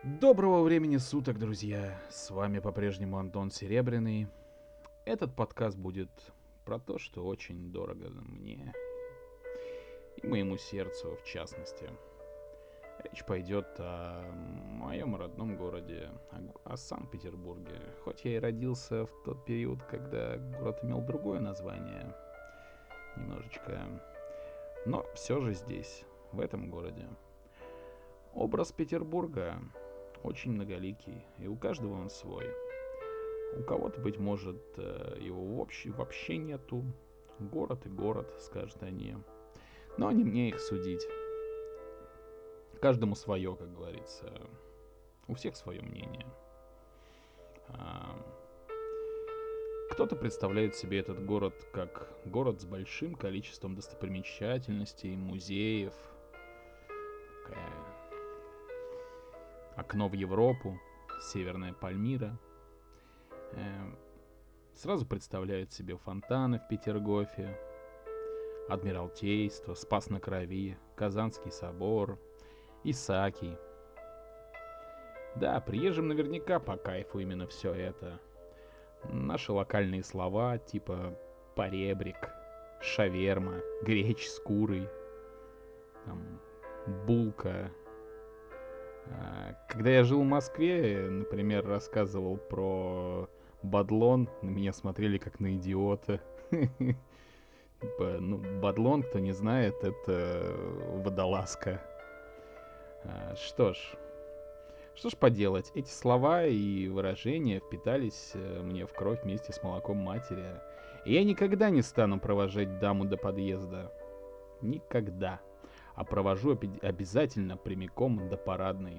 Доброго времени суток, друзья! С вами по-прежнему Антон Серебряный. Этот подкаст будет про то, что очень дорого мне и моему сердцу в частности. Речь пойдет о моем родном городе, о Санкт-Петербурге. Хоть я и родился в тот период, когда город имел другое название, немножечко, но все же здесь, в этом городе. Образ Петербурга очень многоликий, и у каждого он свой. У кого-то, быть может, его вообще нету. Город и город, скажут они. Но не мне их судить. Каждому свое, как говорится. У всех свое мнение. Кто-то представляет себе этот город как город с большим количеством достопримечательностей, музеев. Окно в Европу, Северная Пальмира. Сразу представляют себе фонтаны в Петергофе, Адмиралтейство, Спас на Крови, Казанский собор, Исаакий. Да, приезжим наверняка по кайфу именно все это. Наши локальные слова типа поребрик, шаверма, гречь с курой, там, булка. Когда я жил в Москве, например, рассказывал про Бадлон, на меня смотрели как на идиота. Бадлон, кто не знает, это водолазка. Что ж поделать, эти слова и выражения впитались мне в кровь вместе с молоком матери. И я никогда не стану провожать даму до подъезда. Никогда. А провожу обязательно прямиком до парадной.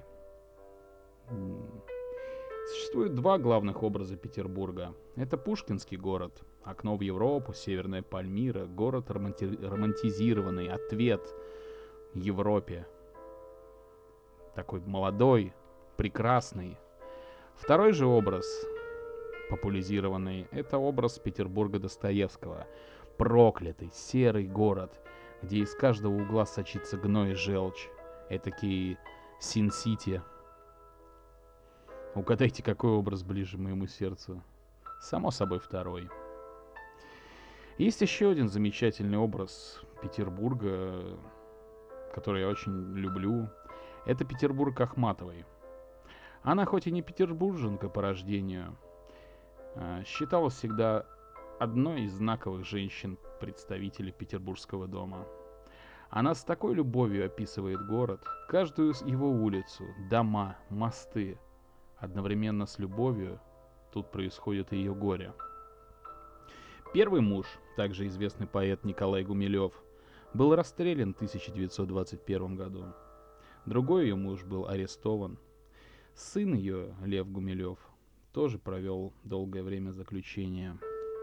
Существует два главных образа Петербурга. Это Пушкинский город, окно в Европу, Северная Пальмира, город романтизированный, ответ Европе. Такой молодой, прекрасный. Второй же образ, популяризированный, это образ Петербурга Достоевского. Проклятый, серый город, где из каждого угла сочится гной и желчь. Этакий Син-Сити. Угадайте, какой образ ближе моему сердцу? Само собой, второй. Есть еще один замечательный образ Петербурга, который я очень люблю. Это Петербург Ахматовой. Она хоть и не петербурженка по рождению, считалась всегда одной из знаковых женщин-представителей Петербургского дома. Она с такой любовью описывает город, каждую его улицу, дома, мосты. Одновременно с любовью тут происходит и ее горе. Первый муж, также известный поэт Николай Гумилев, был расстрелян в 1921 году. Другой ее муж был арестован. Сын ее, Лев Гумилев, тоже провел долгое время заключения.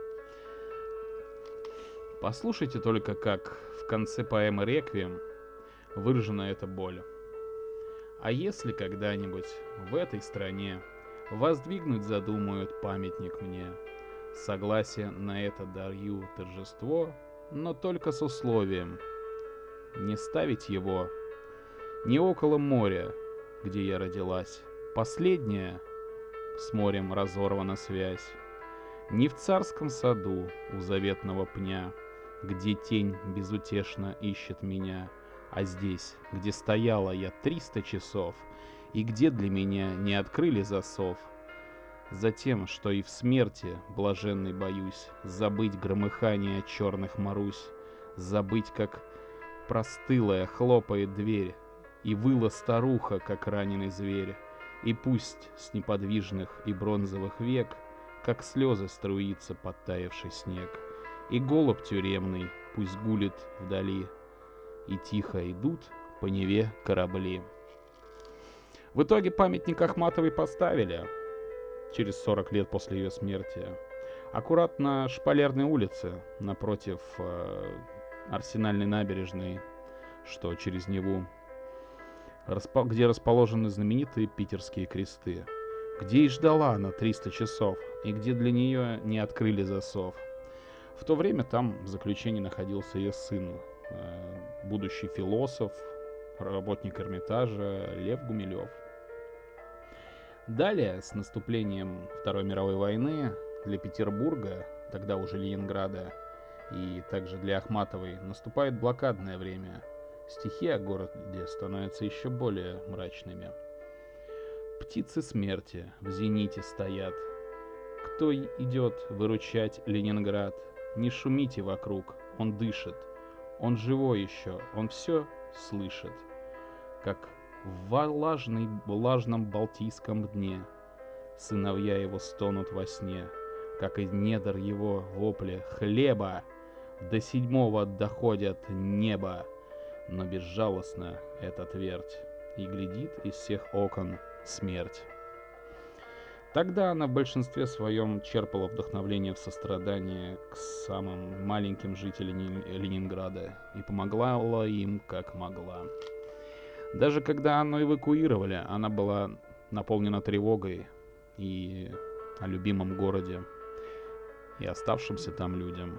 Послушайте только, как в конце поэмы «Реквием» выражена эта боль. А если когда-нибудь в этой стране воздвигнуть задумают памятник мне, согласие на это даю торжество, но только с условием не ставить его не около моря, где я родилась, последняя с морем разорвана связь, не в царском саду у заветного пня, где тень безутешно ищет меня, а здесь, где стояла я 300 часов, и где для меня не открыли засов. Затем, что и в смерти блаженной боюсь забыть громыхание черных Марусь, забыть, как простылая хлопает дверь, и выла старуха, как раненый зверь, и пусть с неподвижных и бронзовых век, как слезы струится подтаявший снег, и голубь тюремный пусть гулит вдали, и тихо идут по Неве корабли. В итоге памятник Ахматовой поставили через 40 лет после ее смерти, аккурат на Шпалерной улице, напротив Арсенальной набережной, что через Неву, где расположены знаменитые питерские кресты, где и ждала она 300 часов, и где для нее не открыли засов. В то время там в заключении находился ее сын, будущий философ, работник Эрмитажа Лев Гумилев. Далее, с наступлением Второй мировой войны, для Петербурга, тогда уже Ленинграда, и также для Ахматовой, наступает блокадное время. Стихи о городе становятся еще более мрачными. Птицы смерти в зените стоят. Кто идет выручать Ленинград? Не шумите вокруг, он дышит. Он живой еще, он все слышит. Как в влажном Балтийском дне сыновья его стонут во сне, как из недр его вопли хлеба до седьмого доходят небо. Но безжалостно эта твердь, и глядит из всех окон смерть. Тогда она в большинстве своем черпала вдохновление в сострадании к самым маленьким жителям Ленинграда и помогла им как могла. Даже когда Анну эвакуировали, она была наполнена тревогой и о любимом городе и оставшимся там людям.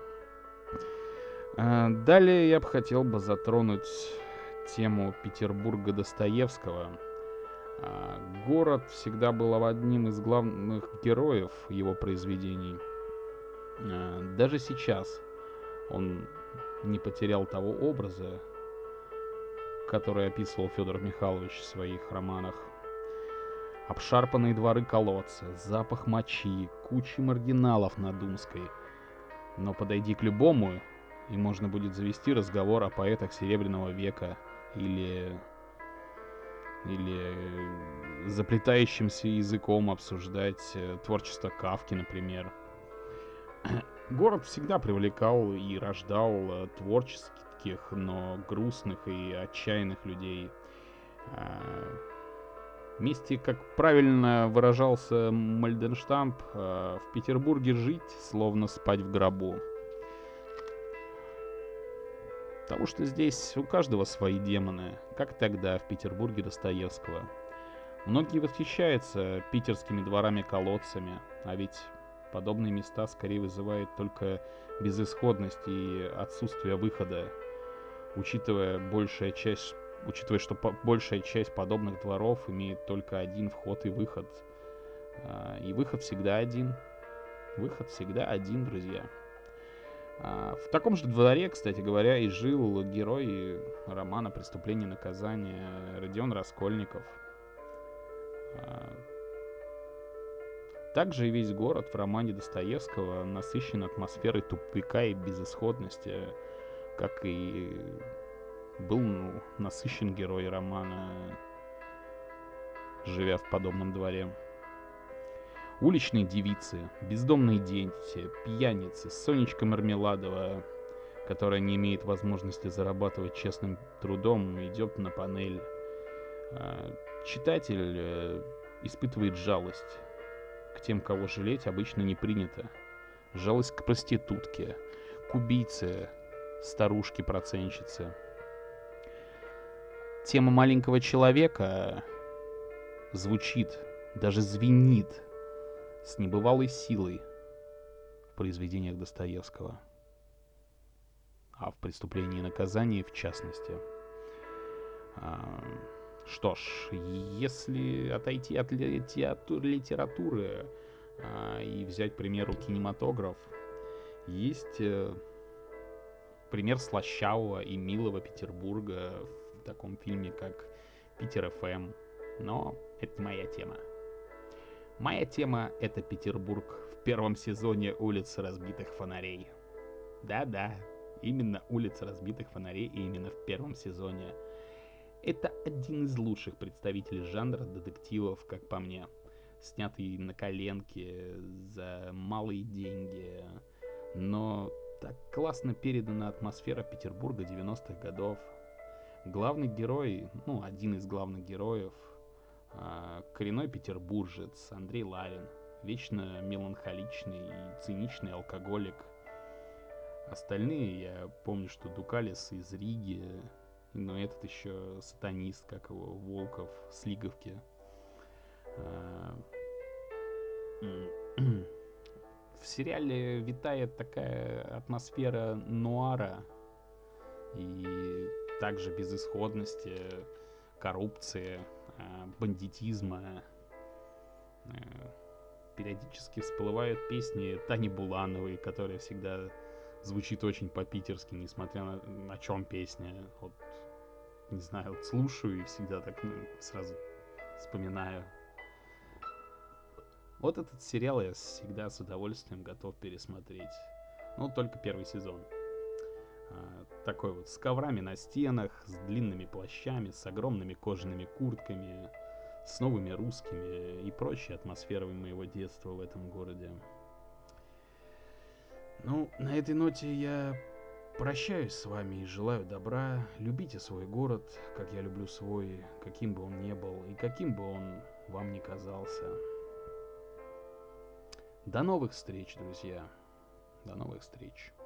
Далее я бы хотел затронуть тему Петербурга Достоевского. Город всегда был одним из главных героев его произведений. Даже сейчас он не потерял того образа, который описывал Федор Михайлович в своих романах. Обшарпанные дворы колодца, запах мочи, куча маргиналов на Думской. Но подойди к любому, и можно будет завести разговор о поэтах Серебряного века или заплетающимся языком обсуждать творчество Кафки, например. Город всегда привлекал и рождал творческих, но грустных и отчаянных людей. Вместе, как правильно выражался Мальденштамп, в Петербурге жить, словно спать в гробу. Потому что здесь у каждого свои демоны, как тогда в Петербурге Достоевского. Многие восхищаются питерскими дворами-колодцами, а ведь подобные места скорее вызывают только безысходность и отсутствие выхода, учитывая, что большая часть подобных дворов имеет только один вход и выход. И выход всегда один. Выход всегда один, друзья. В таком же дворе, кстати говоря, и жил герой романа «Преступление и наказание» Родион Раскольников. Также и весь город в романе Достоевского насыщен атмосферой тупика и безысходности, как и был насыщен герой романа, живя в подобном дворе. Уличные девицы, бездомные дети, пьяницы, Сонечка Мармеладова, которая не имеет возможности зарабатывать честным трудом, идет на панель. Читатель испытывает жалость к тем, кого жалеть обычно не принято. Жалость к проститутке, к убийце, старушке-процентщице. Тема маленького человека звучит, даже звенит с небывалой силой в произведениях Достоевского, а в «Преступлении и наказании» в частности. Что ж, если отойти от литературы и взять, к примеру, кинематограф, есть пример слащавого и милого Петербурга в таком фильме, как «Питер ФМ», но это не моя тема. Моя тема — это Петербург в первом сезоне «Улиц разбитых фонарей». Да-да, именно «Улица разбитых фонарей» и именно в первом сезоне. Это один из лучших представителей жанра детективов, как по мне. Снятый на коленке, за малые деньги. Но так классно передана атмосфера Петербурга 90-х годов. Главный герой, один из главных героев, коренной петербуржец Андрей Ларин, вечно меланхоличный и циничный алкоголик. Остальные, я помню, что Дукалис из Риги, но этот еще сатанист, как его, Волков с Лиговки. В сериале витает такая атмосфера нуара и также безысходности, коррупции, бандитизма. Периодически всплывают песни Тани Булановой, которая всегда звучит очень по-питерски, несмотря на о чем песня. Вот, не знаю, вот слушаю и всегда так сразу вспоминаю. Вот этот сериал я всегда с удовольствием готов пересмотреть. Ну, только первый сезон. Такой вот с коврами на стенах, с длинными плащами, с огромными кожаными куртками, с новыми русскими и прочей атмосферой моего детства в этом городе. Ну, на этой ноте я прощаюсь с вами и желаю добра. Любите свой город, как я люблю свой, каким бы он ни был и каким бы он вам ни казался. До новых встреч, друзья. До новых встреч.